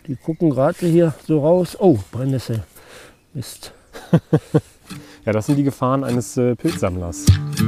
Die gucken gerade hier so raus. Oh, Brennnessel. Mist. Ja, das sind die Gefahren eines Pilzsammlers.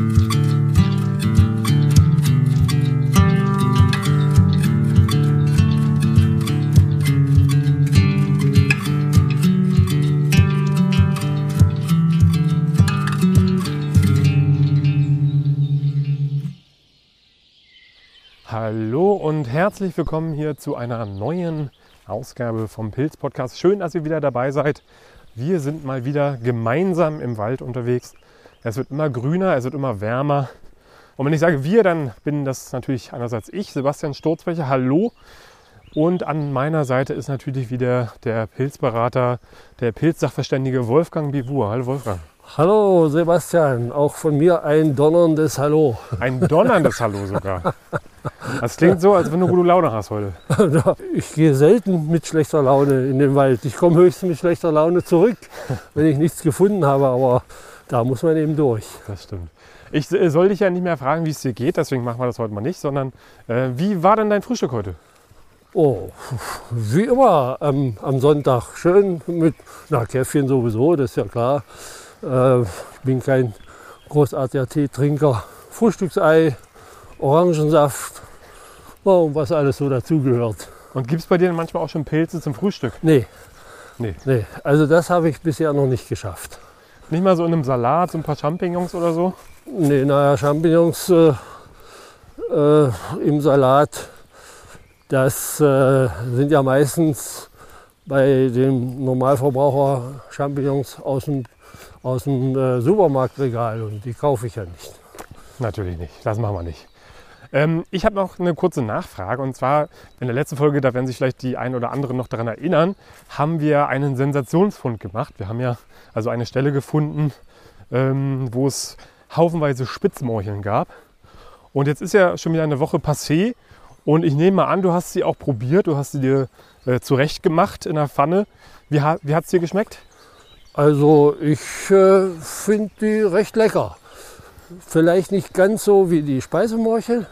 Hallo und herzlich willkommen hier zu einer neuen Ausgabe vom Pilz-Podcast. Schön, dass ihr wieder dabei seid. Wir sind mal wieder gemeinsam im Wald unterwegs. Es wird immer grüner, es wird immer wärmer. Und wenn ich sage wir, dann bin das natürlich einerseits ich, Sebastian Sturzbecher. Hallo. Und an meiner Seite ist natürlich wieder der Pilzberater, der Pilzsachverständige Wolfgang Bivur. Hallo Wolfgang. Hallo Sebastian, auch von mir ein donnerndes Hallo. Ein donnerndes Hallo sogar. Das klingt so, als wenn du gute Laune hast heute. Ich gehe selten mit schlechter Laune in den Wald. Ich komme höchstens mit schlechter Laune zurück, wenn ich nichts gefunden habe. Aber da muss man eben durch. Das stimmt. Ich soll dich ja nicht mehr fragen, wie es dir geht. Deswegen machen wir das heute mal nicht. Sondern wie war denn dein Frühstück heute? Oh, wie immer am Sonntag. Schön mit Käffchen sowieso, das ist ja klar. Ich bin kein großartiger Teetrinker. Frühstücksei, Orangensaft und was alles so dazugehört. Und gibt es bei dir manchmal auch schon Pilze zum Frühstück? Nee. Nee. Also das habe ich bisher noch nicht geschafft. Nicht mal so in einem Salat, so ein paar Champignons oder so? Nee, Champignons im Salat, das sind ja meistens bei dem Normalverbraucher Champignons aus dem Supermarktregal und die kaufe ich ja nicht. Natürlich nicht, das machen wir nicht. Ich habe noch eine kurze Nachfrage und zwar in der letzten Folge, da werden sich vielleicht die ein oder anderen noch daran erinnern, haben wir einen Sensationsfund gemacht. Wir haben ja also eine Stelle gefunden, wo es haufenweise Spitzmorcheln gab. Und jetzt ist ja schon wieder eine Woche passé und ich nehme mal an, du hast sie auch probiert, du hast sie dir zurecht gemacht in der Pfanne. Wie hat es dir geschmeckt? Also ich finde die recht lecker. Vielleicht nicht ganz so wie die Speisemorchel,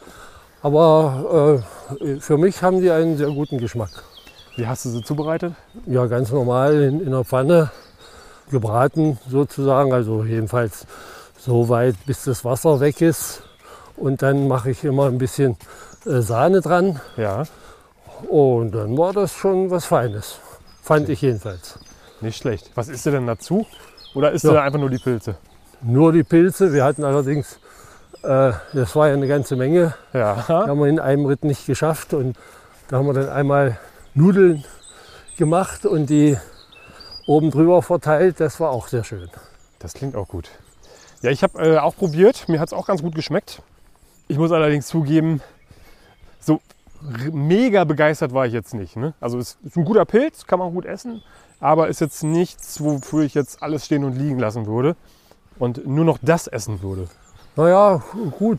aber für mich haben die einen sehr guten Geschmack. Wie hast du sie zubereitet? Ja, ganz normal in der Pfanne gebraten sozusagen, also jedenfalls so weit, bis das Wasser weg ist. Und dann mache ich immer ein bisschen Sahne dran. Ja. Und dann war das schon was Feines, fand ich jedenfalls. Nicht schlecht. Was isst du denn dazu? Oder isst du einfach nur die Pilze? Nur die Pilze. Wir hatten allerdings, das war ja eine ganze Menge, Ja. haben wir in einem Ritt nicht geschafft. Und da haben wir dann einmal Nudeln gemacht und die oben drüber verteilt. Das war auch sehr schön. Das klingt auch gut. Ja, ich habe auch probiert. Mir hat es auch ganz gut geschmeckt. Ich muss allerdings zugeben, so mega begeistert war ich jetzt nicht. Ne? Also es ist ein guter Pilz, kann man gut essen. Aber ist jetzt nichts, wofür ich jetzt alles stehen und liegen lassen würde und nur noch das essen würde. Naja, gut,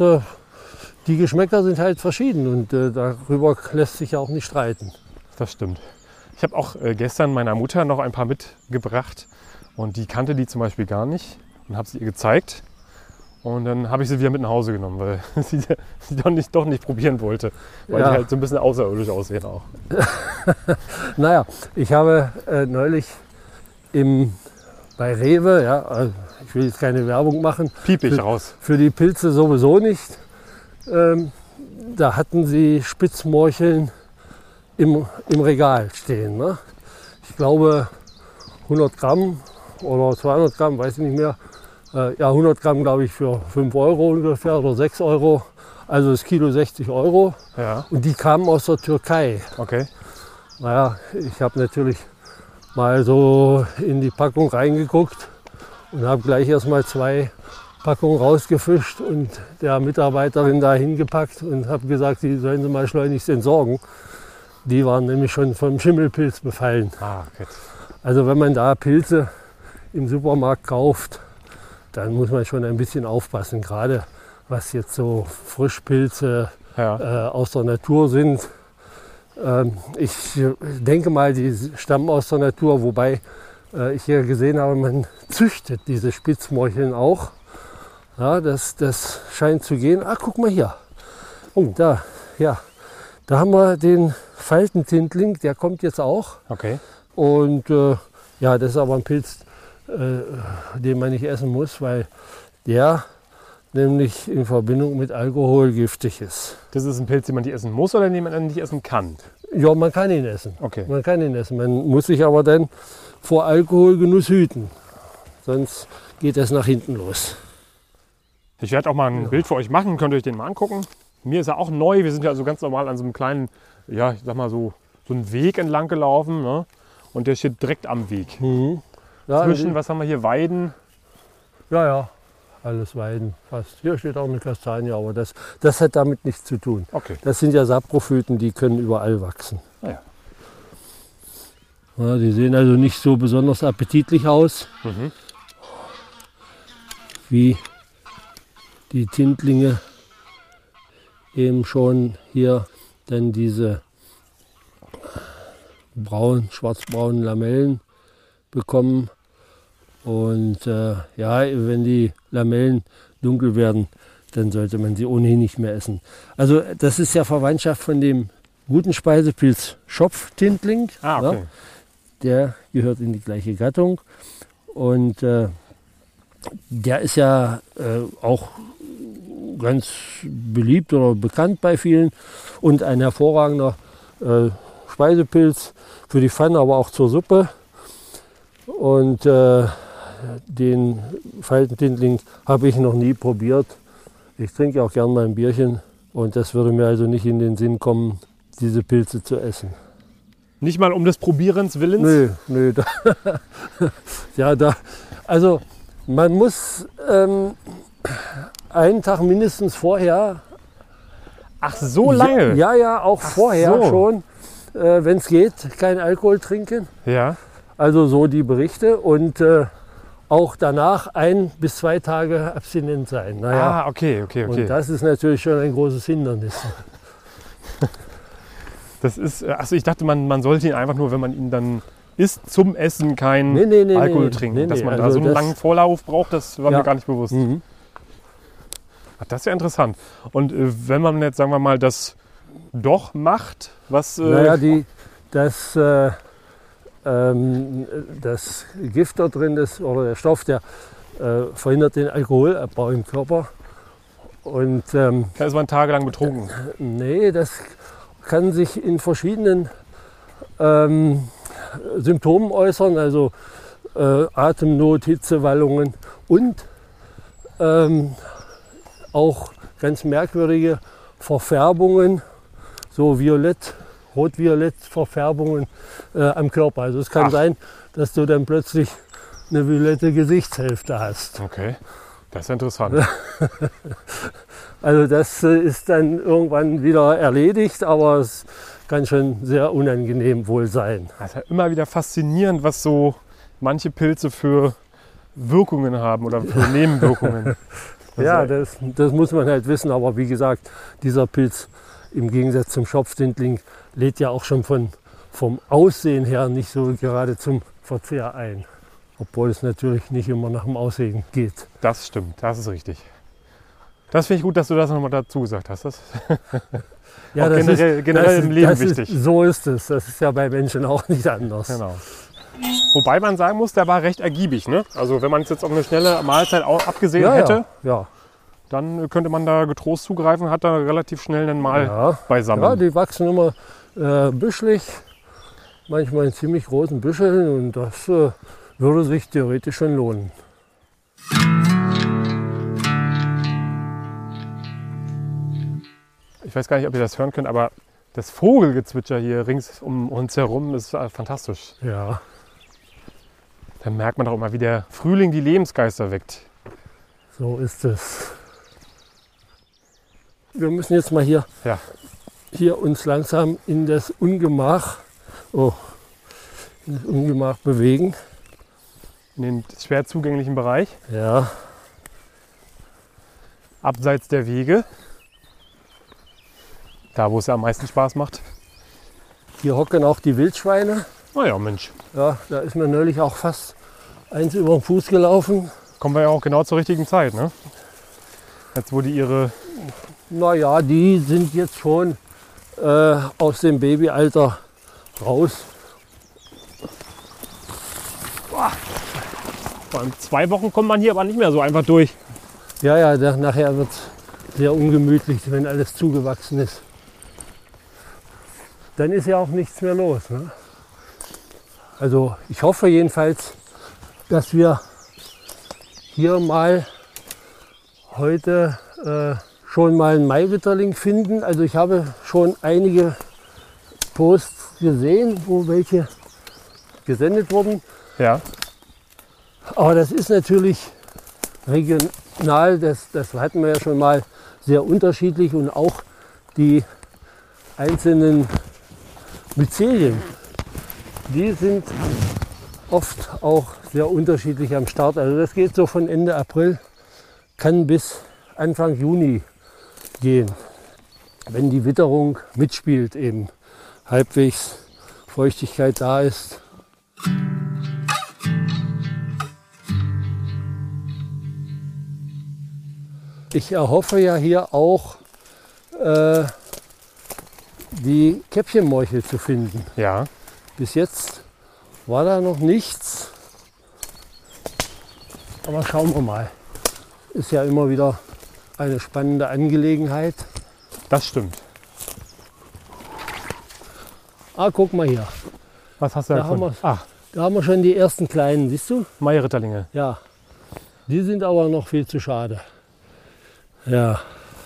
die Geschmäcker sind halt verschieden und darüber lässt sich ja auch nicht streiten. Das stimmt. Ich habe auch gestern meiner Mutter noch ein paar mitgebracht und die kannte die zum Beispiel gar nicht und habe sie ihr gezeigt. Und dann habe ich sie wieder mit nach Hause genommen, weil sie doch nicht probieren wollte, weil die halt so ein bisschen außerirdisch aussehen auch. Naja, ich habe neulich bei Rewe, also ich will jetzt keine Werbung machen. Piep ich raus. Für die Pilze sowieso nicht. Da hatten sie Spitzmorcheln im Regal stehen. Ne? Ich glaube 100 Gramm oder 200 Gramm, weiß ich nicht mehr. 100 Gramm, glaube ich, für 5 Euro ungefähr oder 6 Euro. Also das Kilo 60 Euro. Ja. Und die kamen aus der Türkei. Okay. Naja, ich habe natürlich mal so in die Packung reingeguckt und habe gleich erstmal 2 Packungen rausgefischt und der Mitarbeiterin da hingepackt und habe gesagt, die sollen sie mal schleunigst entsorgen. Die waren nämlich schon vom Schimmelpilz befallen. Okay. Also wenn man da Pilze im Supermarkt kauft, dann muss man schon ein bisschen aufpassen, gerade was jetzt so Frischpilze aus der Natur sind. Ich denke mal, die stammen aus der Natur, wobei ich ja gesehen habe, man züchtet diese Spitzmorcheln auch. Ja, das scheint zu gehen. Guck mal hier. Oh, da, ja. Da haben wir den Faltentintling, der kommt jetzt auch. Okay. Und ja, das ist aber ein Pilz, den man nicht essen muss, weil der nämlich in Verbindung mit Alkohol giftig ist. Das ist ein Pilz, den man nicht essen muss oder den man nicht essen kann? Ja, man kann ihn essen. Okay. Man kann ihn essen. Man muss sich aber dann vor Alkoholgenuss hüten. Sonst geht es nach hinten los. Ich werde auch mal ein Bild für euch machen, könnt ihr euch den mal angucken. Mir ist er auch neu. Wir sind ja also ganz normal an so einem kleinen, ja, ich sag mal so einen Weg entlang gelaufen. Ne? Und der steht direkt am Weg. Mhm. Ja, Zwischen, was haben wir hier, Weiden? Ja, ja, alles Weiden fast. Hier steht auch eine Kastanie, aber das hat damit nichts zu tun. Okay. Das sind ja Saprophyten, die können überall wachsen. Ah, ja. Ja, die sehen also nicht so besonders appetitlich aus, wie die Tintlinge eben schon hier dann diese schwarzbraunen Lamellen bekommen. Und ja, wenn die Lamellen dunkel werden, dann sollte man sie ohnehin nicht mehr essen. Also das ist ja Verwandtschaft von dem guten Speisepilz Schopftintling. Ah, okay. Ja, der gehört in die gleiche Gattung. Und der ist ja auch ganz beliebt oder bekannt bei vielen und ein hervorragender Speisepilz für die Pfanne, aber auch zur Suppe. Und den Faltentintling habe ich noch nie probiert. Ich trinke auch gern mal ein Bierchen und das würde mir also nicht in den Sinn kommen, diese Pilze zu essen. Nicht mal um des Probierens Willens? Nö. Also man muss einen Tag mindestens vorher. Ach, so lange? Ja, auch vorher schon, wenn es geht, kein Alkohol trinken. Ja. Also so die Berichte und auch danach 1 bis 2 Tage abstinent sein. Naja, okay. Und das ist natürlich schon ein großes Hindernis. Das ist, also ich dachte, man sollte ihn einfach nur, wenn man ihn dann isst, zum Essen kein Alkohol trinken. Dass man da so einen langen Vorlauf braucht, das war mir gar nicht bewusst. Mhm. Ach, das ist ja interessant. Und wenn man jetzt, sagen wir mal, das doch macht, was... das Gift da drin ist, oder der Stoff, der verhindert den Alkoholabbau im Körper. Und da ist man tagelang betrunken. Nee, das kann sich in verschiedenen Symptomen äußern, also Atemnot, Hitzewallungen und auch ganz merkwürdige Verfärbungen, so rot-violett Verfärbungen am Körper. Also es kann sein, dass du dann plötzlich eine violette Gesichtshälfte hast. Okay, das ist interessant. Also das ist dann irgendwann wieder erledigt, aber es kann schon sehr unangenehm wohl sein. Das ist ja immer wieder faszinierend, was so manche Pilze für Wirkungen haben oder für Nebenwirkungen. Ja, das muss man halt wissen, aber wie gesagt, dieser Pilz im Gegensatz zum Schopftintling lädt ja auch schon vom Aussehen her nicht so gerade zum Verzehr ein. Obwohl es natürlich nicht immer nach dem Aussehen geht. Das stimmt, das ist richtig. Das finde ich gut, dass du das nochmal dazu gesagt hast. Das ja, das generell im Leben wichtig. So ist es. Das ist ja bei Menschen auch nicht anders. Genau. Wobei man sagen muss, der war recht ergiebig. Ne? Also wenn man es jetzt auf eine schnelle Mahlzeit auch abgesehen hätte, dann könnte man da getrost zugreifen, hat da relativ schnell einen Mal beisammen. Ja, die wachsen immer büschelig, manchmal in ziemlich großen Büscheln und das würde sich theoretisch schon lohnen. Ich weiß gar nicht, ob ihr das hören könnt, aber das Vogelgezwitscher hier rings um uns herum ist fantastisch. Ja. Da merkt man doch immer, wie der Frühling die Lebensgeister weckt. So ist es. Wir müssen jetzt mal hier uns langsam in das Ungemach bewegen. In den schwer zugänglichen Bereich. Ja. Abseits der Wege. Da, wo es ja am meisten Spaß macht. Hier hocken auch die Wildschweine. Na ja, Mensch. Ja, da ist mir neulich auch fast eins über den Fuß gelaufen. Kommen wir ja auch genau zur richtigen Zeit, ne? Jetzt, wo die ihre... Naja, die sind jetzt schon aus dem Babyalter raus. Vor allem 2 Wochen kommt man hier aber nicht mehr so einfach durch. Ja, nachher wird es sehr ungemütlich, wenn alles zugewachsen ist. Dann ist ja auch nichts mehr los. Ne? Also ich hoffe jedenfalls, dass wir hier mal heute schon mal einen Mairitterling finden. Also ich habe schon einige Posts gesehen, wo welche gesendet wurden. Ja. Aber das ist natürlich regional, das hatten wir ja schon mal, sehr unterschiedlich und auch die einzelnen Myzelien, die sind oft auch sehr unterschiedlich am Start. Also das geht so von Ende April, kann bis Anfang Juni gehen, wenn die Witterung mitspielt, eben halbwegs Feuchtigkeit da ist. Ich erhoffe ja hier auch die Käppchenmorchel zu finden. Ja. Bis jetzt war da noch nichts, aber schauen wir mal. Ist ja immer wieder eine spannende Angelegenheit. Das stimmt. Guck mal hier. Was hast du da gefunden? Da haben wir schon die ersten kleinen, siehst du? Mairitterlinge. Ja, die sind aber noch viel zu schade. Ja.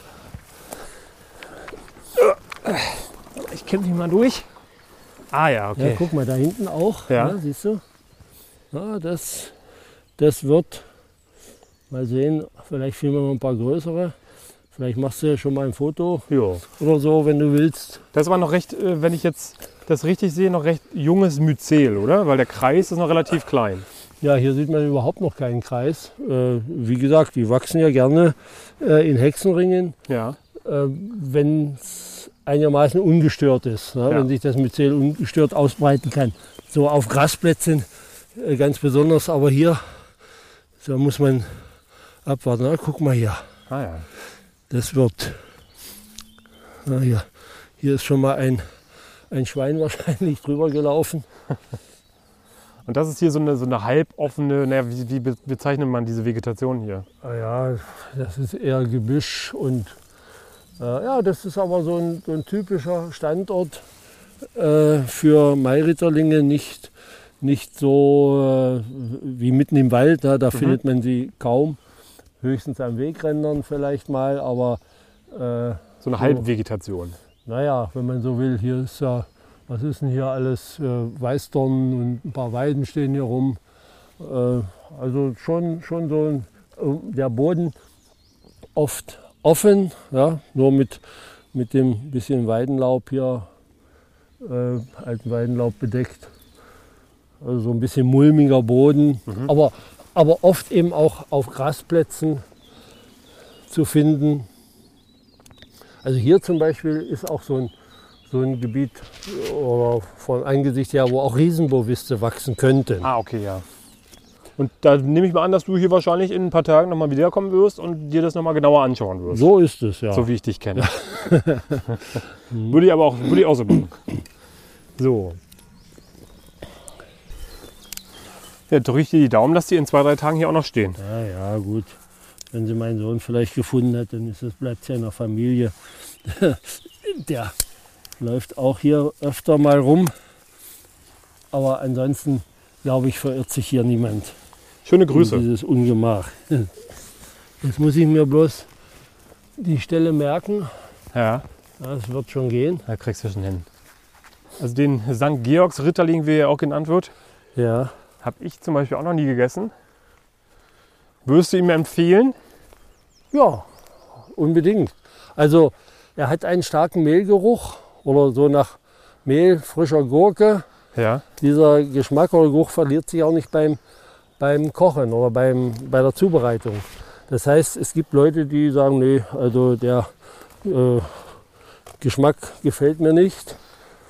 Ich kämpfe mich mal durch. Ja, okay. Ja, guck mal, da hinten auch. Ja. Ja, siehst du? Ja, das wird, mal sehen, vielleicht filmen wir noch ein paar größere. Vielleicht machst du ja schon mal ein Foto oder so, wenn du willst. Das war noch recht, wenn ich jetzt das richtig sehe, noch recht junges Myzel, oder? Weil der Kreis ist noch relativ klein. Ja, hier sieht man überhaupt noch keinen Kreis. Wie gesagt, die wachsen ja gerne in Hexenringen, Ja. wenn es einigermaßen ungestört ist, ne? Ja. Wenn sich das Myzel ungestört ausbreiten kann. So auf Grasplätzen ganz besonders, aber hier so muss man abwarten. Na, guck mal hier, Ja. das wird. Na, hier ist schon mal ein Schwein wahrscheinlich drüber gelaufen. Und das ist hier so eine halboffene, wie bezeichnet man diese Vegetation hier? Ja, das ist eher Gebüsch und das ist aber so ein typischer Standort für Mairitterlinge, nicht so wie mitten im Wald, da findet man sie kaum, höchstens an Wegrändern vielleicht mal, aber So eine Halbvegetation. Naja, wenn man so will, hier ist ja, was ist denn hier alles, Weißdorn und ein paar Weiden stehen hier rum. Also schon so der Boden oft offen, ja, nur mit dem bisschen Weidenlaub hier, alten Weidenlaub bedeckt. Also so ein bisschen mulmiger Boden, aber oft eben auch auf Grasplätzen zu finden. Also hier zum Beispiel ist auch so ein Gebiet oder von Angesicht her, wo auch Riesenboviste wachsen könnten. Okay, ja. Und da nehme ich mal an, dass du hier wahrscheinlich in ein paar Tagen nochmal wiederkommen wirst und dir das nochmal genauer anschauen wirst. So ist es, ja. So wie ich dich kenne. Würde ich auch so machen. So. Ja, drücke ich dir die Daumen, dass die in 2-3 Tagen hier auch noch stehen. Ja, gut. Wenn sie meinen Sohn vielleicht gefunden hat, dann bleibt es ja in der Familie. Der läuft auch hier öfter mal rum. Aber ansonsten, glaube ich, verirrt sich hier niemand. Schöne Grüße. In dieses Ungemach. Jetzt muss ich mir bloß die Stelle merken. Ja. Das wird schon gehen. Da kriegst du schon hin. Also den St. Georgs Ritterling, wie er auch genannt wird, Ja. habe ich zum Beispiel auch noch nie gegessen. Würdest du ihm empfehlen? Ja, unbedingt. Also er hat einen starken Mehlgeruch oder so nach Mehl, frischer Gurke. Ja. Dieser Geschmack oder Geruch verliert sich auch nicht beim Kochen oder bei der Zubereitung. Das heißt, es gibt Leute, die sagen, nee, also der Geschmack gefällt mir nicht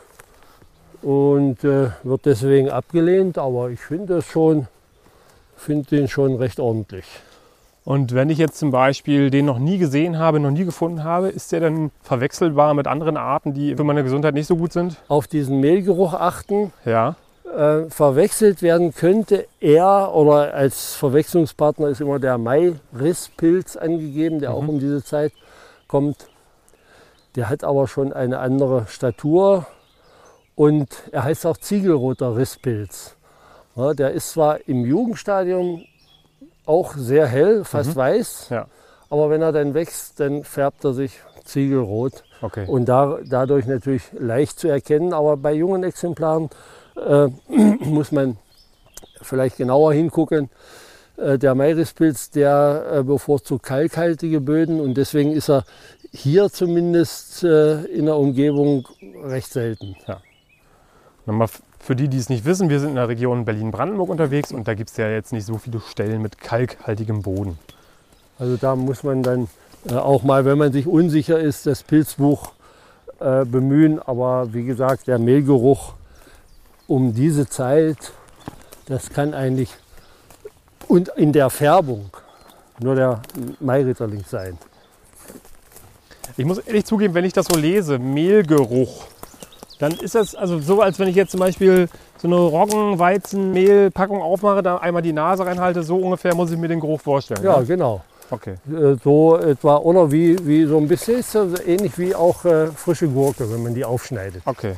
und wird deswegen abgelehnt. Aber ich finde den schon recht ordentlich. Und wenn ich jetzt zum Beispiel den noch nie gesehen habe, noch nie gefunden habe, ist der dann verwechselbar mit anderen Arten, die für meine Gesundheit nicht so gut sind? Auf diesen Mehlgeruch achten. Ja. Verwechselt werden könnte er, oder als Verwechslungspartner ist immer der Mairisspilz angegeben, der auch um diese Zeit kommt. Der hat aber schon eine andere Statur und er heißt auch Ziegelroter Risspilz. Ja, der ist zwar im Jugendstadium auch sehr hell, fast weiß, aber wenn er dann wächst, dann färbt er sich ziegelrot. Okay. Und dadurch natürlich leicht zu erkennen, aber bei jungen Exemplaren muss man vielleicht genauer hingucken. Der Mairisspilz, der bevorzugt kalkhaltige Böden und deswegen ist er hier zumindest in der Umgebung recht selten. Ja. Nochmal für die, die es nicht wissen, wir sind in der Region Berlin-Brandenburg unterwegs und da gibt es ja jetzt nicht so viele Stellen mit kalkhaltigem Boden. Also da muss man dann auch mal, wenn man sich unsicher ist, das Pilzbuch bemühen. Aber wie gesagt, der Mehlgeruch um diese Zeit, das kann eigentlich, und in der Färbung, nur der Mairitterling sein. Ich muss ehrlich zugeben, wenn ich das so lese, Mehlgeruch, dann ist das also so, als wenn ich jetzt zum Beispiel so eine Roggen-Weizen-Mehl-Packung aufmache, da einmal die Nase reinhalte, so ungefähr muss ich mir den Geruch vorstellen. Ja, ne? Genau. Okay. So etwa, oder wie so ein bisschen, ist das ähnlich wie auch frische Gurke, wenn man die aufschneidet. Okay.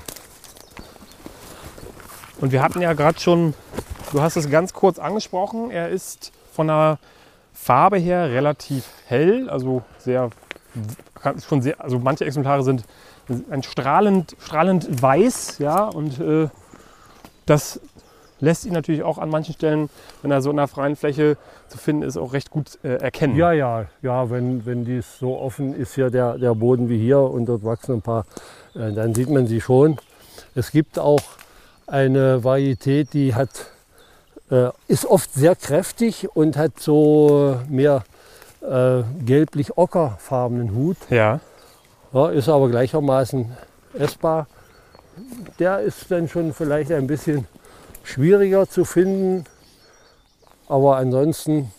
Und wir hatten ja gerade schon, du hast es ganz kurz angesprochen, er ist von der Farbe her relativ hell, also schon sehr, also manche Exemplare sind ein strahlend weiß, ja, und das lässt ihn natürlich auch an manchen Stellen, wenn er so in der freien Fläche zu finden ist, auch recht gut erkennen. Ja, wenn dies so offen ist, hier der Boden wie hier und dort wachsen ein paar, dann sieht man sie schon. Es gibt auch eine Varietät, die ist oft sehr kräftig und hat so mehr gelblich-ockerfarbenen Hut. Ja. Ja, ist aber gleichermaßen essbar. Der ist dann schon vielleicht ein bisschen schwieriger zu finden, aber ansonsten,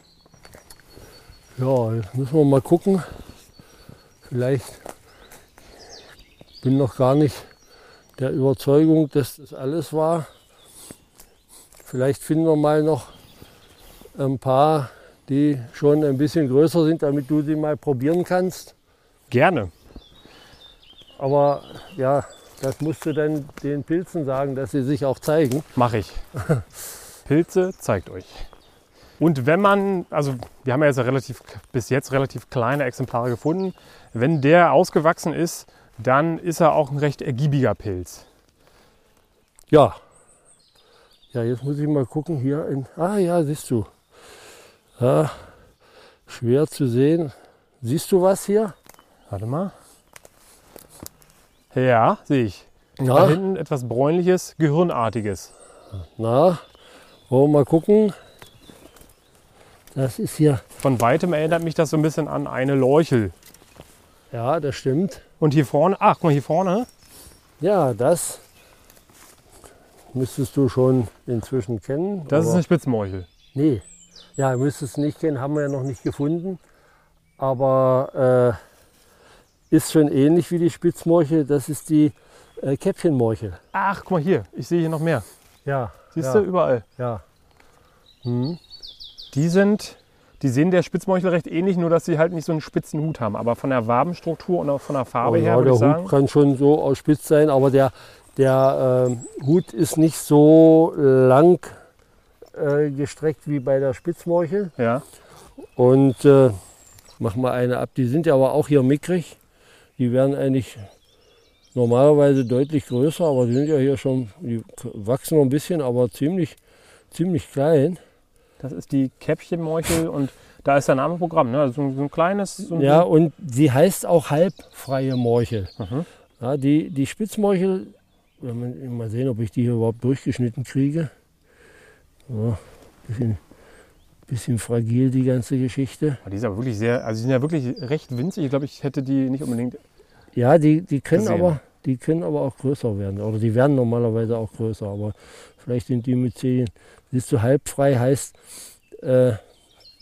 ja, jetzt müssen wir mal gucken. Vielleicht bin noch gar nicht der Überzeugung, dass das alles war. Vielleicht finden wir mal noch ein paar, die schon ein bisschen größer sind, damit du sie mal probieren kannst. Gerne. Aber ja, das musst du dann den Pilzen sagen, dass sie sich auch zeigen. Mache ich. Pilze, zeigt euch. Und wenn man, also wir haben ja jetzt bis jetzt relativ kleine Exemplare gefunden, wenn der ausgewachsen ist, dann ist er auch ein recht ergiebiger Pilz. Ja. Ja, jetzt muss ich mal gucken hier. Ja, siehst du. Ja, schwer zu sehen. Siehst du was hier? Warte mal. Ja, sehe ich. Ja. Da hinten etwas bräunliches, gehirnartiges. Na, wollen wir mal gucken. Das ist hier. Von weitem erinnert mich das so ein bisschen an eine Lorchel. Ja, das stimmt. Und hier vorne, ach guck mal, hier vorne. Ja, das müsstest du schon inzwischen kennen. Das ist eine Spitzmorchel. Nee, ja, müsstest du nicht kennen, haben wir ja noch nicht gefunden. Aber ist schon ähnlich wie die Spitzmorchel, das ist die Käppchenmorchel. Ach, guck mal hier, ich sehe hier noch mehr. Ja. Siehst du, überall. Ja. Die sehen der Spitzmorchel recht ähnlich, nur dass sie halt nicht so einen spitzen Hut haben. Aber von der Wabenstruktur und auch von der Farbe her würde ich sagen. Der Hut kann schon so ausspitzt sein, aber der Hut ist nicht so lang gestreckt wie bei der Spitzmorchel. Ja. Und mach mal eine ab. Die sind ja aber auch hier mickrig. Die werden eigentlich normalerweise deutlich größer, aber die sind ja hier schon, die wachsen noch ein bisschen, aber ziemlich klein. Das ist die Käppchenmorchel und da ist der Name Programm, ne? So ein kleines. Ja, und sie heißt auch halbfreie Morchel. Mhm. Ja, die Spitzmorchel, mal sehen, ob ich die hier überhaupt durchgeschnitten kriege. Ja, bisschen fragil, die ganze Geschichte. Die ist aber wirklich sehr, also die sind ja wirklich recht winzig. Ich glaube, ich hätte die nicht unbedingt. Ja, die können aber auch größer werden. Oder die werden normalerweise auch größer, aber vielleicht sind die mit 10. Siehst du, halbfrei heißt,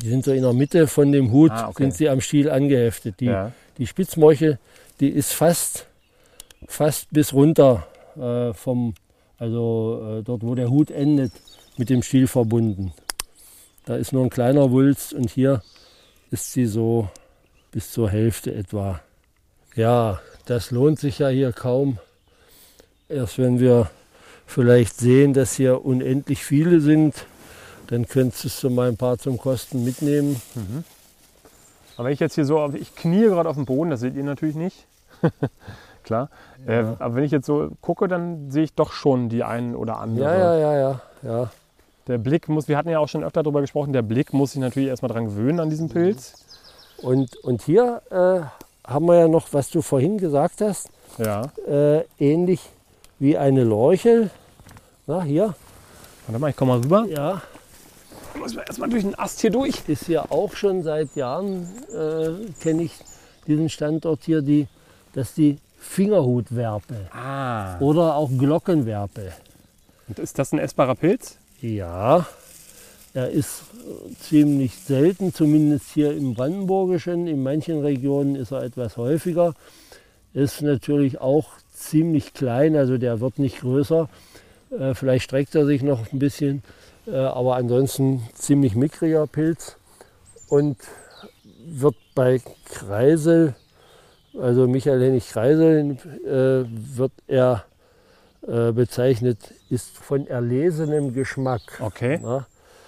Die sind so in der Mitte von dem Hut, sind sie am Stiel angeheftet. Die Spitzmorchel, die ist fast bis runter dort wo der Hut endet, mit dem Stiel verbunden. Da ist nur ein kleiner Wulst und hier ist sie so bis zur Hälfte etwa. Ja, das lohnt sich ja hier kaum. Erst wenn wir vielleicht sehen, dass hier unendlich viele sind, dann könntest du mal ein paar zum Kosten mitnehmen. Mhm. Aber wenn ich jetzt hier ich knie gerade auf dem Boden, das seht ihr natürlich nicht. Klar. Ja. Aber wenn ich jetzt so gucke, dann sehe ich doch schon die einen oder andere. Ja. Der Blick wir hatten ja auch schon öfter darüber gesprochen, der Blick muss sich natürlich erstmal dran gewöhnen an diesen Pilz. Und hier haben wir ja noch, was du vorhin gesagt hast, ähnlich wie eine Lorchel. Na, hier. Warte mal, ich komme mal rüber. Ja. Da muss man erstmal durch den Ast hier durch. Ist ja auch schon seit Jahren, kenne ich diesen Standort hier, dass die Fingerhutwerpel oder auch Glockenwerpel. Und ist das ein essbarer Pilz? Ja, er ist ziemlich selten, zumindest hier im Brandenburgischen. In manchen Regionen ist er etwas häufiger. Ist natürlich auch ziemlich klein, also der wird nicht größer. Vielleicht streckt er sich noch ein bisschen, aber ansonsten ziemlich mickriger Pilz. Und wird bei Kreisel, also Michael Hennig Kreisel, wird er bezeichnet, ist von erlesenem Geschmack. Okay. Na?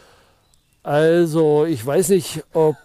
Also ich weiß nicht, ob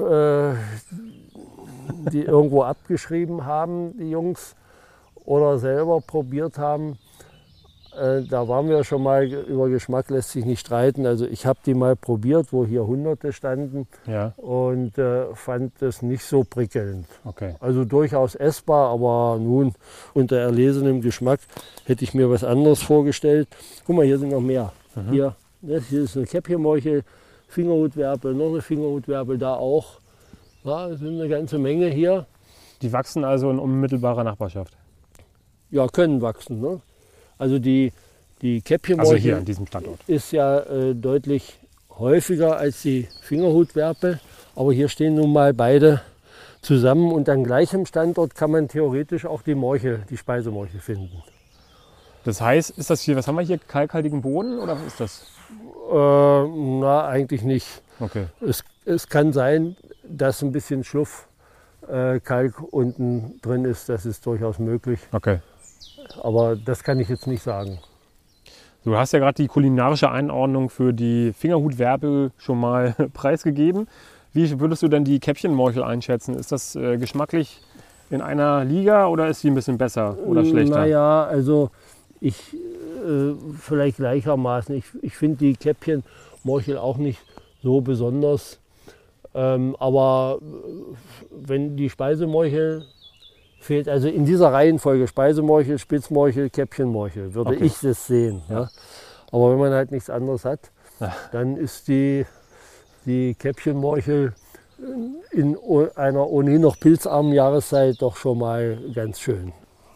die irgendwo abgeschrieben haben, die Jungs, oder selber probiert haben. Da waren wir schon mal, über Geschmack lässt sich nicht streiten. Also ich habe die mal probiert, wo hier Hunderte standen und fand das nicht so prickelnd. Okay. Also durchaus essbar, aber nun unter erlesenem Geschmack hätte ich mir was anderes vorgestellt. Guck mal, hier sind noch mehr. Hier ist eine Käppchenmorchel, Fingerhutwerpel, noch eine Fingerhutwerpel, da auch. Ja, es sind eine ganze Menge hier. Die wachsen also in unmittelbarer Nachbarschaft? Ja, können wachsen. Ne? Also die Käppchenmorchel hier an diesem Standort ist ja deutlich häufiger als die Fingerhutwerpel. Aber hier stehen nun mal beide zusammen und an gleichem Standort kann man theoretisch auch die Speisemorchel finden. Das heißt, ist das hier, was haben wir hier, kalkhaltigen Boden oder was ist das? Eigentlich nicht. Okay. Es kann sein, dass ein bisschen Schluffkalk unten drin ist. Das ist durchaus möglich. Okay. Aber das kann ich jetzt nicht sagen. Du hast ja gerade die kulinarische Einordnung für die Fingerhutwerpel schon mal preisgegeben. Wie würdest du denn die Käppchenmorchel einschätzen? Ist das geschmacklich in einer Liga oder ist sie ein bisschen besser oder schlechter? Naja, also vielleicht gleichermaßen. Ich finde die Käppchenmorchel auch nicht so besonders. Aber wenn die Speisemorchel fehlt, also in dieser Reihenfolge Speisemorchel, Spitzmorchel, Käppchenmorchel, würde ich das sehen. Ja. Aber wenn man halt nichts anderes hat, dann ist die Käppchenmorchel in einer ohnehin noch pilzarmen Jahreszeit doch schon mal ganz schön.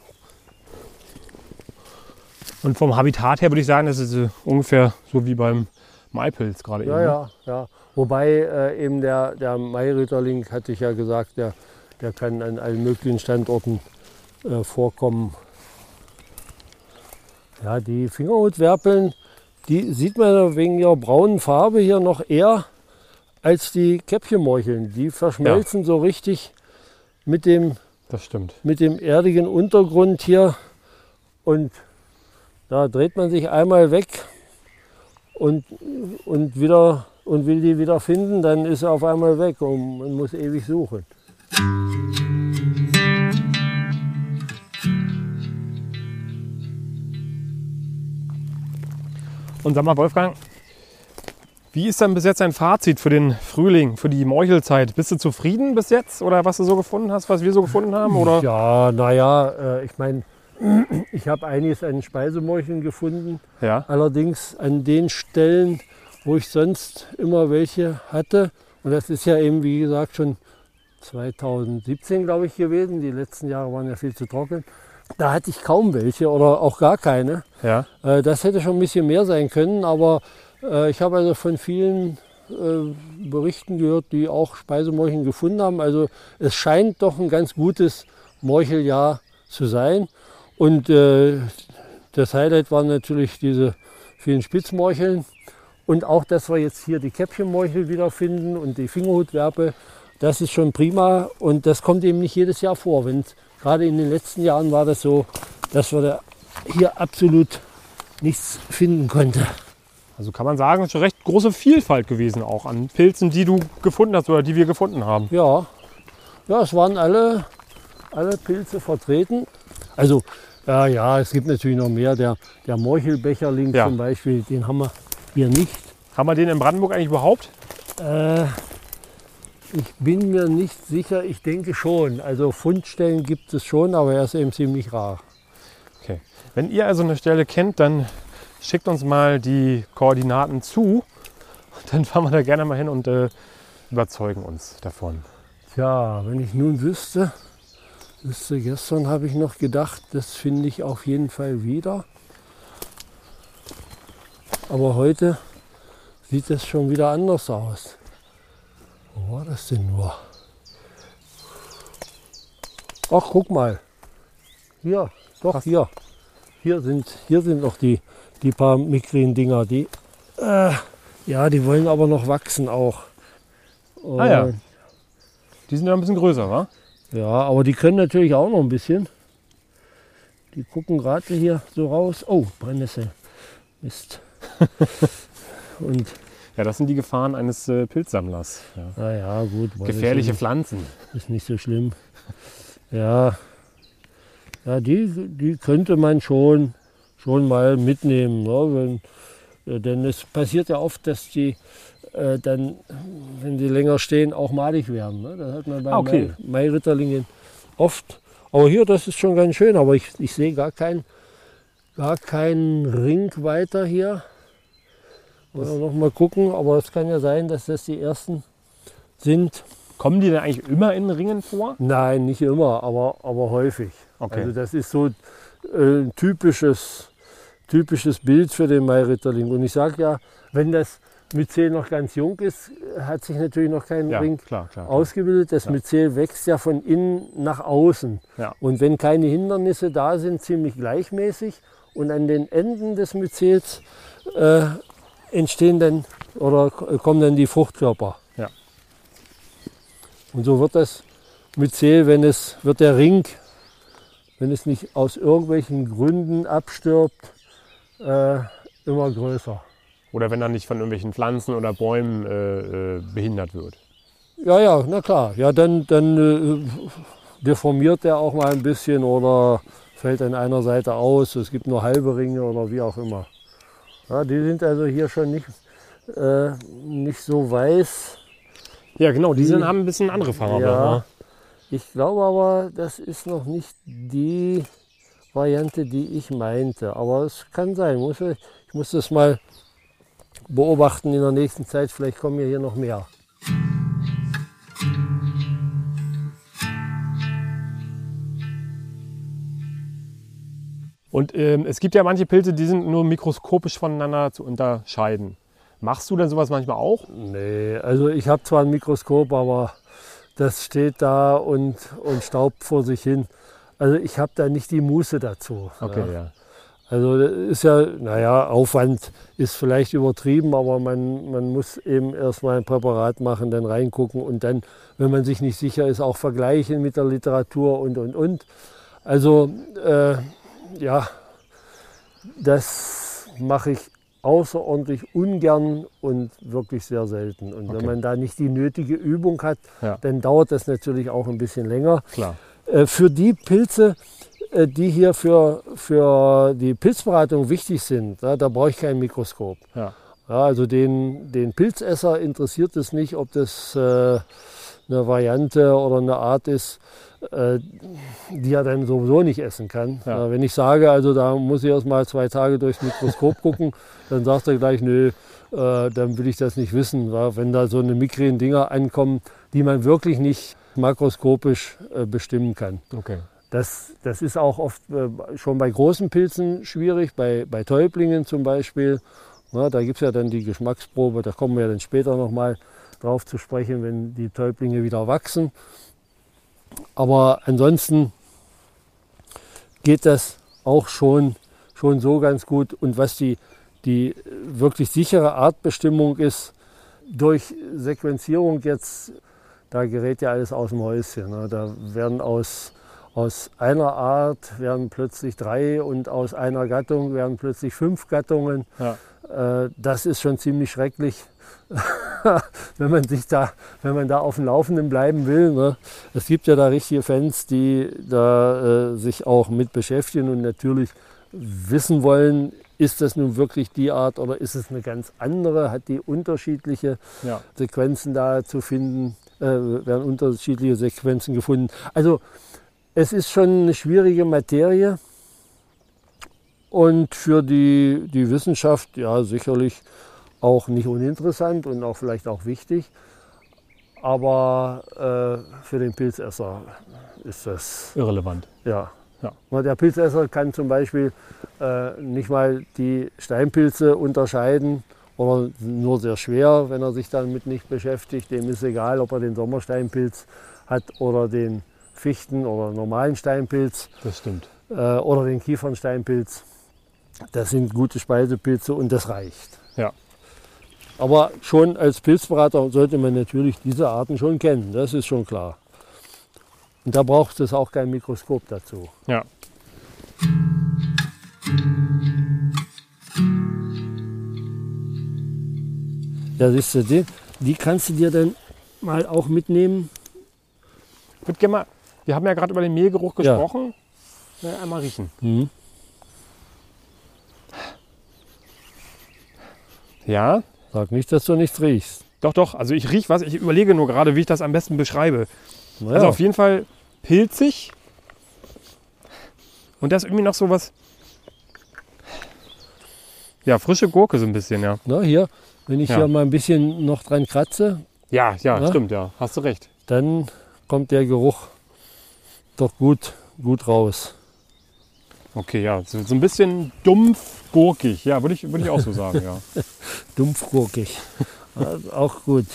Und vom Habitat her würde ich sagen, das ist ungefähr so wie beim Maipilz gerade eben. Ja. Wobei eben der Mairitterling, hatte ich ja gesagt, der kann an allen möglichen Standorten vorkommen. Ja, die Fingerhutwerpeln, die sieht man wegen ihrer braunen Farbe hier noch eher als die Käppchenmorcheln. Die verschmelzen so richtig mit dem erdigen Untergrund hier. Und da dreht man sich einmal weg und will die wieder finden, dann ist er auf einmal weg und man muss ewig suchen. Und sag mal, Wolfgang, wie ist dann bis jetzt dein Fazit für den Frühling, für die Morchelzeit? Bist du zufrieden bis jetzt oder was du so gefunden hast, was wir so gefunden haben? Oder? Ja, naja, ich meine, ich habe einiges an Speisemorcheln gefunden. Ja. Allerdings an den Stellen, wo ich sonst immer welche hatte. Und das ist ja eben, wie gesagt, schon 2017, glaube ich, gewesen. Die letzten Jahre waren ja viel zu trocken. Da hatte ich kaum welche oder auch gar keine. Ja. Das hätte schon ein bisschen mehr sein können, aber ich habe also von vielen Berichten gehört, die auch Speisemorcheln gefunden haben. Also es scheint doch ein ganz gutes Morcheljahr zu sein. Und das Highlight waren natürlich diese vielen Spitzmorcheln. Und auch, dass wir jetzt hier die Käppchenmorchel wiederfinden und die Fingerhutwerpe, das ist schon prima. Und das kommt eben nicht jedes Jahr vor. Gerade in den letzten Jahren war das so, dass wir da hier absolut nichts finden konnten. Also kann man sagen, es ist eine recht große Vielfalt gewesen auch an Pilzen, die du gefunden hast oder die wir gefunden haben. Ja, es waren alle Pilze vertreten. Also ja, es gibt natürlich noch mehr. Der Morchelbecherling zum Beispiel, den haben wir hier nicht. Haben wir den in Brandenburg eigentlich überhaupt? Ich bin mir nicht sicher, ich denke schon. Also Fundstellen gibt es schon, aber er ist eben ziemlich rar. Okay. Wenn ihr also eine Stelle kennt, dann schickt uns mal die Koordinaten zu. Dann fahren wir da gerne mal hin und überzeugen uns davon. Tja, wenn ich nun wüsste, gestern habe ich noch gedacht, das finde ich auf jeden Fall wieder. Aber heute sieht das schon wieder anders aus. Wo war das denn nur? Ach, guck mal. Hier, doch. Was? Hier sind noch die paar mickrigen-Dinger. Die wollen aber noch wachsen auch. Ja. Die sind ja ein bisschen größer, wa? Ja, aber die können natürlich auch noch ein bisschen. Die gucken gerade hier so raus. Oh, Brennnessel. Mist. Und ja, das sind die Gefahren eines Pilzsammlers. Ja. Ja, gut. Gefährliche Pflanzen. Ist nicht so schlimm. Ja, die könnte man schon mal mitnehmen. Ne? Denn es passiert ja oft, dass die dann, wenn sie länger stehen, auch madig werden. Ne? Das hat man bei Mairitterlingen oft. Aber hier, das ist schon ganz schön. Aber ich sehe gar keinen Ring weiter hier. Noch mal gucken, aber es kann ja sein, dass das die ersten sind. Kommen die denn eigentlich immer in Ringen vor? Nein, nicht immer, aber häufig. Okay. Also das ist so ein typisches Bild für den Mairitterling. Und ich sage ja, wenn das Myzel noch ganz jung ist, hat sich natürlich noch kein Ring ausgebildet. Das Myzel wächst ja von innen nach außen. Ja. Und wenn keine Hindernisse da sind, ziemlich gleichmäßig. Und an den Enden des Myzels entstehen dann oder kommen dann die Fruchtkörper. Ja. Und so wird das Myzel, wird der Ring, wenn es nicht aus irgendwelchen Gründen abstirbt, immer größer. Oder wenn er nicht von irgendwelchen Pflanzen oder Bäumen behindert wird. Ja, na klar. Ja, dann deformiert er auch mal ein bisschen oder fällt an einer Seite aus. Es gibt nur halbe Ringe oder wie auch immer. Ja, die sind also hier schon nicht so weiß. Ja, genau, die haben ein bisschen andere Farbe. Ja, ich glaube aber, das ist noch nicht die Variante, die ich meinte. Aber es kann sein. Ich muss das mal beobachten in der nächsten Zeit. Vielleicht kommen hier noch mehr. Und es gibt ja manche Pilze, die sind nur mikroskopisch voneinander zu unterscheiden. Machst du denn sowas manchmal auch? Nee, also ich habe zwar ein Mikroskop, aber das steht da und staubt vor sich hin. Also ich habe da nicht die Muße dazu. Okay, ja. Also ist ja, Aufwand ist vielleicht übertrieben, aber man muss eben erstmal ein Präparat machen, dann reingucken und dann, wenn man sich nicht sicher ist, auch vergleichen mit der Literatur und. Also das mache ich außerordentlich ungern und wirklich sehr selten. Und wenn man da nicht die nötige Übung hat, dann dauert das natürlich auch ein bisschen länger. Klar. Für die Pilze, die hier für die Pilzberatung wichtig sind, da brauche ich kein Mikroskop. Ja. Also den Pilzesser interessiert es nicht, ob das eine Variante oder eine Art ist, die er dann sowieso nicht essen kann. Ja. Wenn ich sage, also da muss ich erst mal 2 Tage durchs Mikroskop gucken, dann sagt er gleich, nö, dann will ich das nicht wissen. Wenn da so eine mickrigen Dinger ankommen, die man wirklich nicht makroskopisch bestimmen kann. Okay. Das ist auch oft schon bei großen Pilzen schwierig, bei Täublingen zum Beispiel, Na, da gibt es ja dann die Geschmacksprobe, da kommen wir ja dann später nochmal drauf zu sprechen, wenn die Täublinge wieder wachsen. Aber ansonsten geht das auch schon so ganz gut. Und was die wirklich sichere Artbestimmung ist, durch Sequenzierung jetzt, da gerät ja alles aus dem Häuschen. Ne? Da werden aus einer Art werden plötzlich 3 und aus einer Gattung werden plötzlich 5 Gattungen. Ja. Das ist schon ziemlich schrecklich, wenn man da auf dem Laufenden bleiben will. Ne? Es gibt ja da richtige Fans, die da sich auch mit beschäftigen und natürlich wissen wollen, ist das nun wirklich die Art oder ist es eine ganz andere? Hat die unterschiedliche Sequenzen da zu finden? Werden unterschiedliche Sequenzen gefunden? Also es ist schon eine schwierige Materie und für die Wissenschaft ja sicherlich auch nicht uninteressant und auch vielleicht auch wichtig. Aber für den Pilzesser ist das irrelevant. Ja. Der Pilzesser kann zum Beispiel nicht mal die Steinpilze unterscheiden oder nur sehr schwer, wenn er sich damit nicht beschäftigt. Dem ist egal, ob er den Sommersteinpilz hat oder den Fichten- oder normalen Steinpilz. Das stimmt. Oder den Kiefernsteinpilz. Das sind gute Speisepilze und das reicht. Ja. Aber schon als Pilzberater sollte man natürlich diese Arten schon kennen, das ist schon klar. Und da braucht es auch kein Mikroskop dazu. Ja. Ja, siehst du, die kannst du dir dann mal auch mitnehmen. Ich würde gerne mal, wir haben ja gerade über den Mehlgeruch gesprochen. Ja. Einmal riechen. Mhm. Ja. Sag nicht, dass du nichts riechst. Doch, also ich rieche was. Ich überlege nur gerade, wie ich das am besten beschreibe. Naja. Also auf jeden Fall pilzig. Und da ist irgendwie noch so was. Ja, frische Gurke so ein bisschen, ja. Na, hier, wenn ich hier mal ein bisschen noch dran kratze. Ja, stimmt, ja. Hast du recht. Dann kommt der Geruch doch gut raus. Okay, ja, so ein bisschen dumpf-gurkig. Ja, würde ich auch so sagen, ja. Dumpf-gurkig. Auch gut.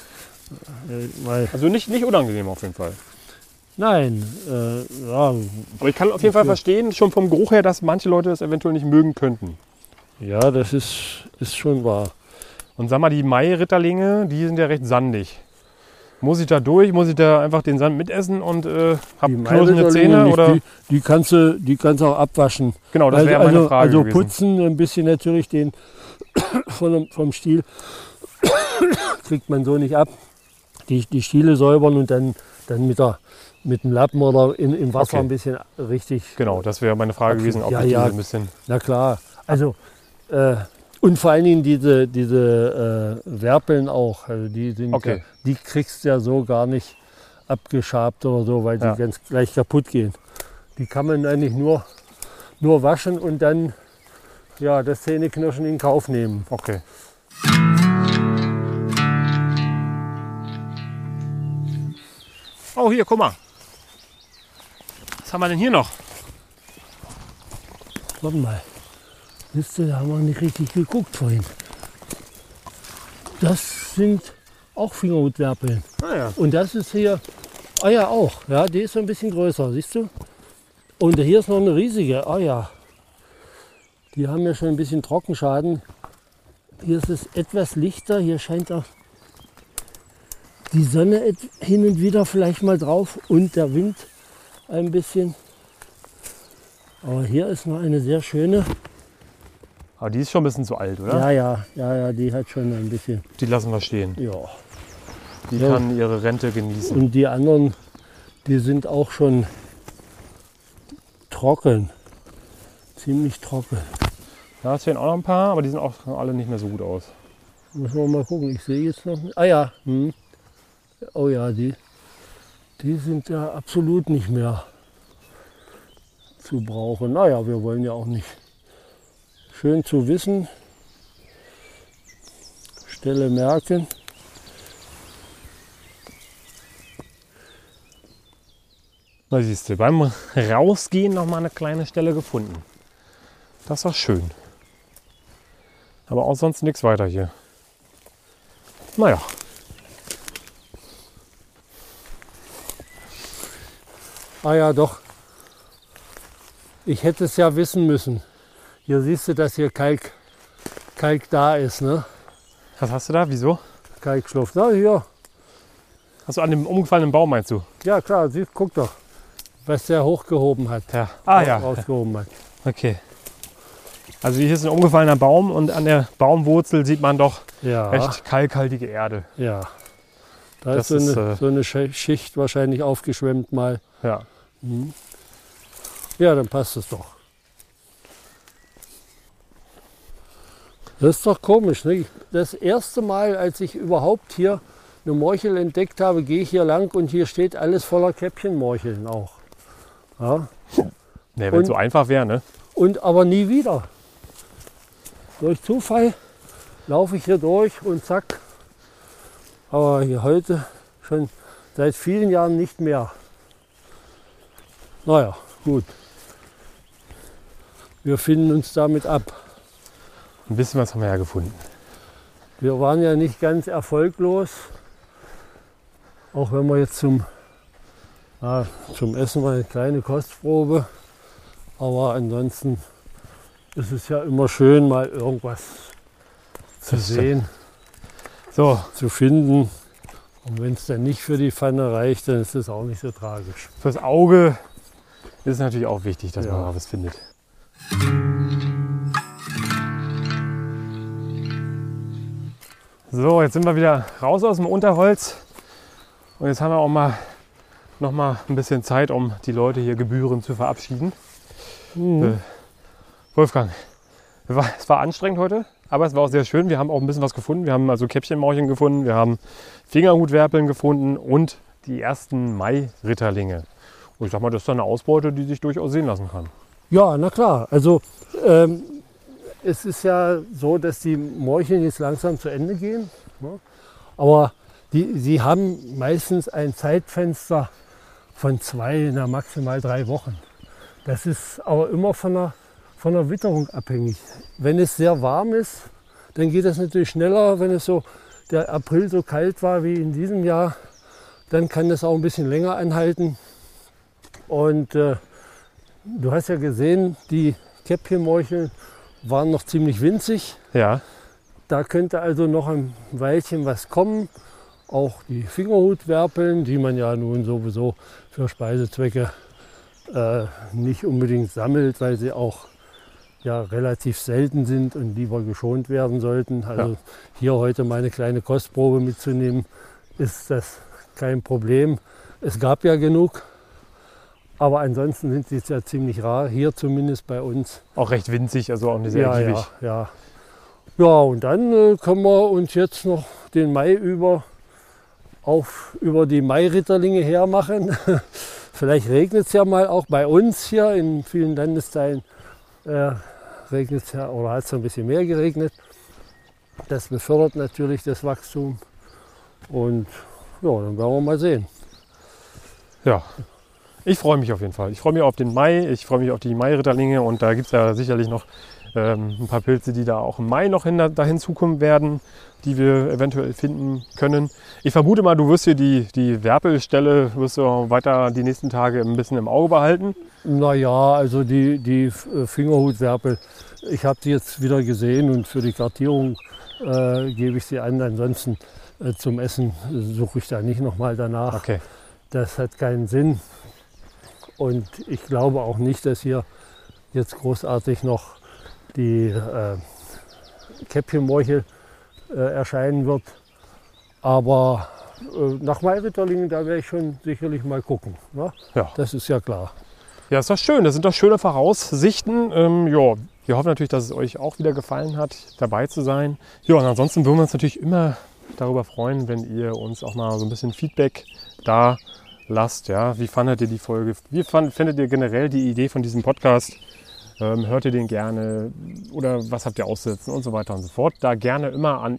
Also nicht unangenehm auf jeden Fall. Nein, ja. Aber ich kann auf jeden Fall verstehen, schon vom Geruch her, dass manche Leute das eventuell nicht mögen könnten. Ja, das ist schon wahr. Und sag mal, die Mai-Ritterlinge, die sind ja recht sandig. Muss ich da durch? Muss ich da einfach den Sand mitessen und habe knursende Zähne? Nicht, oder? Die kannst du auch abwaschen. Genau, das wäre meine Frage Also gewesen. putzen ein bisschen natürlich den vom Stiel kriegt man so nicht ab. Die Stiele säubern und dann mit dem Lappen oder im Wasser ein bisschen richtig. Genau, das wäre meine Frage gewesen, ob ich diese ein bisschen. Na klar. Also und vor allen Dingen diese Werpeln auch. Also die kriegst du ja so gar nicht abgeschabt oder so, weil die ganz gleich kaputt gehen. Die kann man eigentlich nur waschen und dann das Zähneknirschen in Kauf nehmen. Okay. Oh, hier, guck mal. Was haben wir denn hier noch? Warte mal. Siehst du, da haben wir nicht richtig geguckt vorhin. Das sind auch Fingerhutwerpeln. Ah ja. Und das ist hier, auch. Ja, die ist so ein bisschen größer, siehst du? Und hier ist noch eine riesige. Die haben ja schon ein bisschen Trockenschaden. Hier ist es etwas lichter. Hier scheint auch die Sonne hin und wieder vielleicht mal drauf und der Wind ein bisschen. Aber hier ist noch eine sehr schöne. Aber die ist schon ein bisschen zu alt, oder? Ja, die hat schon ein bisschen. Die lassen wir stehen. Ja. Die kann ihre Rente genießen. Und die anderen, die sind auch schon trocken. Ziemlich trocken. Da stehen auch noch ein paar, aber die sehen auch alle nicht mehr so gut aus. Müssen wir mal gucken. Ich sehe jetzt noch. Ah ja. Oh ja, die sind ja absolut nicht mehr zu brauchen. Naja, wir wollen ja auch nicht. Schön zu wissen. Stelle merken. Na siehst du, beim Rausgehen noch mal eine kleine Stelle gefunden. Das war schön. Aber auch sonst nichts weiter hier. Naja. Ah ja, doch. Ich hätte es ja wissen müssen. Hier siehst du, dass hier Kalk da ist, ne? Was hast du da? Wieso? Kalkschluff. Na, hier. Hast du an dem umgefallenen Baum, meinst du? Ja, klar. Siehst, guck doch, was der hochgehoben hat. Ja. Ah ja. Rausgehoben hat. Okay. Also hier ist ein umgefallener Baum und an der Baumwurzel sieht man doch recht kalkhaltige Erde. Ja. Da ist so eine Schicht wahrscheinlich aufgeschwemmt mal. Ja. Ja, dann passt es doch. Das ist doch komisch, ne? Das erste Mal, als ich überhaupt hier eine Morchel entdeckt habe, gehe ich hier lang und hier steht alles voller Käppchenmorcheln auch. Ja. Ne, wenn es so einfach wäre, ne? Und aber nie wieder. Durch Zufall laufe ich hier durch und zack. Aber hier heute schon seit vielen Jahren nicht mehr. Naja, gut. Wir finden uns damit ab. Ein bisschen was haben wir ja gefunden. Wir waren ja nicht ganz erfolglos. Auch wenn wir jetzt zum Essen mal eine kleine Kostprobe. Aber ansonsten ist es ja immer schön, mal irgendwas zu sehen, zu finden. Und wenn es dann nicht für die Pfanne reicht, dann ist es auch nicht so tragisch. Fürs Auge ist es natürlich auch wichtig, dass man mal was findet. So, jetzt sind wir wieder raus aus dem Unterholz. Und jetzt haben wir auch noch mal ein bisschen Zeit, um die Leute hier gebührend zu verabschieden. Wolfgang, es war anstrengend heute, aber es war auch sehr schön. Wir haben auch ein bisschen was gefunden. Wir haben also Käppchenmorcheln gefunden, wir haben Fingerhutwerpeln gefunden und die ersten Mai-Ritterlinge. Und ich sag mal, das ist eine Ausbeute, die sich durchaus sehen lassen kann. Ja, na klar. Also es ist ja so, dass die Morcheln jetzt langsam zu Ende gehen. Ne? Aber sie haben meistens ein Zeitfenster von 2, maximal 3 Wochen. Das ist aber immer von der Witterung abhängig. Wenn es sehr warm ist, dann geht das natürlich schneller. Wenn es der April so kalt war wie in diesem Jahr, dann kann das auch ein bisschen länger anhalten. Und du hast ja gesehen, die Käppchenmorcheln waren noch ziemlich winzig. Ja. Da könnte also noch ein Weilchen was kommen. Auch die Fingerhutwerpeln, die man ja nun sowieso für Speisezwecke nicht unbedingt sammelt, weil sie auch relativ selten sind und lieber geschont werden sollten. Also hier heute mal eine kleine Kostprobe mitzunehmen, ist das kein Problem. Es gab ja genug, aber ansonsten sind sie ja ziemlich rar, hier zumindest bei uns. Auch recht winzig, also auch nicht sehr ergiebig. Ja, und dann können wir uns jetzt noch den Mai über die Mai-Ritterlinge hermachen. Vielleicht regnet es ja mal auch bei uns hier in vielen Landesteilen. Regnet es ja oder hat es ein bisschen mehr geregnet. Das befördert natürlich das Wachstum. Und dann werden wir mal sehen. Ja, ich freue mich auf jeden Fall. Ich freue mich auf den Mai, ich freue mich auf die Mai-Ritterlinge und da gibt es ja sicherlich noch ein paar Pilze, die da auch im Mai noch dahin zukommen werden, die wir eventuell finden können. Ich vermute mal, du wirst hier die Werpelstelle wirst du weiter die nächsten Tage ein bisschen im Auge behalten. Naja, also die Fingerhutwerpel, ich habe die jetzt wieder gesehen und für die Kartierung gebe ich sie an. Ansonsten zum Essen suche ich da nicht nochmal danach. Okay. Das hat keinen Sinn. Und ich glaube auch nicht, dass hier jetzt großartig noch die Käppchenmorchel erscheinen wird. Aber nach Mai-Ritterlingen, da werde ich schon sicherlich mal gucken. Ne? Ja. Das ist ja klar. Ja, ist doch schön. Das sind doch schöne Voraussichten. Wir hoffen natürlich, dass es euch auch wieder gefallen hat, dabei zu sein. Ja, und ansonsten würden wir uns natürlich immer darüber freuen, wenn ihr uns auch mal so ein bisschen Feedback da lasst. Ja? Wie fandet ihr die Folge? Wie findet ihr generell die Idee von diesem Podcast? Hört ihr den gerne oder was habt ihr auszusetzen und so weiter und so fort. Da gerne immer an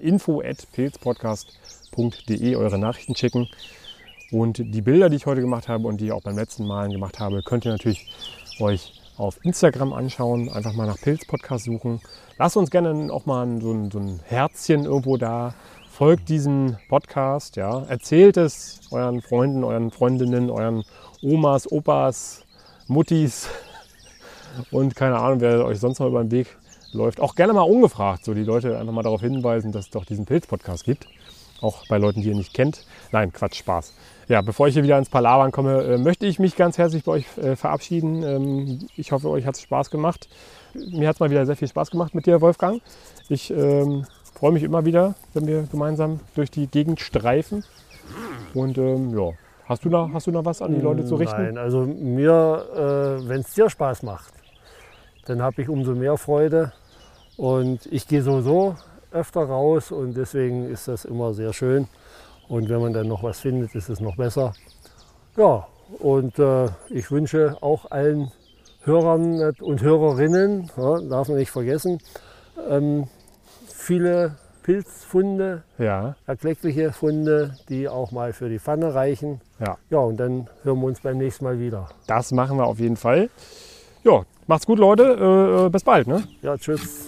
info@pilzpodcast.de eure Nachrichten schicken. Und die Bilder, die ich heute gemacht habe und die ich auch beim letzten Mal gemacht habe, könnt ihr natürlich euch auf Instagram anschauen, einfach mal nach Pilz-Podcast suchen. Lasst uns gerne auch mal so ein Herzchen irgendwo da. Folgt diesem Podcast, ja. Erzählt es euren Freunden, euren Freundinnen, euren Omas, Opas, Muttis und keine Ahnung, wer euch sonst noch über den Weg läuft. Auch gerne mal ungefragt, so die Leute einfach mal darauf hinweisen, dass es doch diesen Pilz-Podcast gibt. Auch bei Leuten, die ihr nicht kennt. Nein, Quatsch, Spaß. Ja, bevor ich hier wieder ins Palavern komme, möchte ich mich ganz herzlich bei euch verabschieden. Ich hoffe, euch hat es Spaß gemacht. Mir hat es mal wieder sehr viel Spaß gemacht mit dir, Wolfgang. Ich freue mich immer wieder, wenn wir gemeinsam durch die Gegend streifen. Und ja, hast du noch was an die Leute zu richten? Nein, also mir, wenn es dir Spaß macht, dann habe ich umso mehr Freude. Und ich gehe sowieso öfter raus und deswegen ist das immer sehr schön. Und wenn man dann noch was findet, ist es noch besser. Ja, und ich wünsche auch allen Hörern und Hörerinnen, ja, darf man nicht vergessen, viele Pilzfunde, erkleckliche Funde, die auch mal für die Pfanne reichen. Ja. Ja, und dann hören wir uns beim nächsten Mal wieder. Das machen wir auf jeden Fall. Ja, macht's gut, Leute. Bis bald. Ne? Ja, tschüss.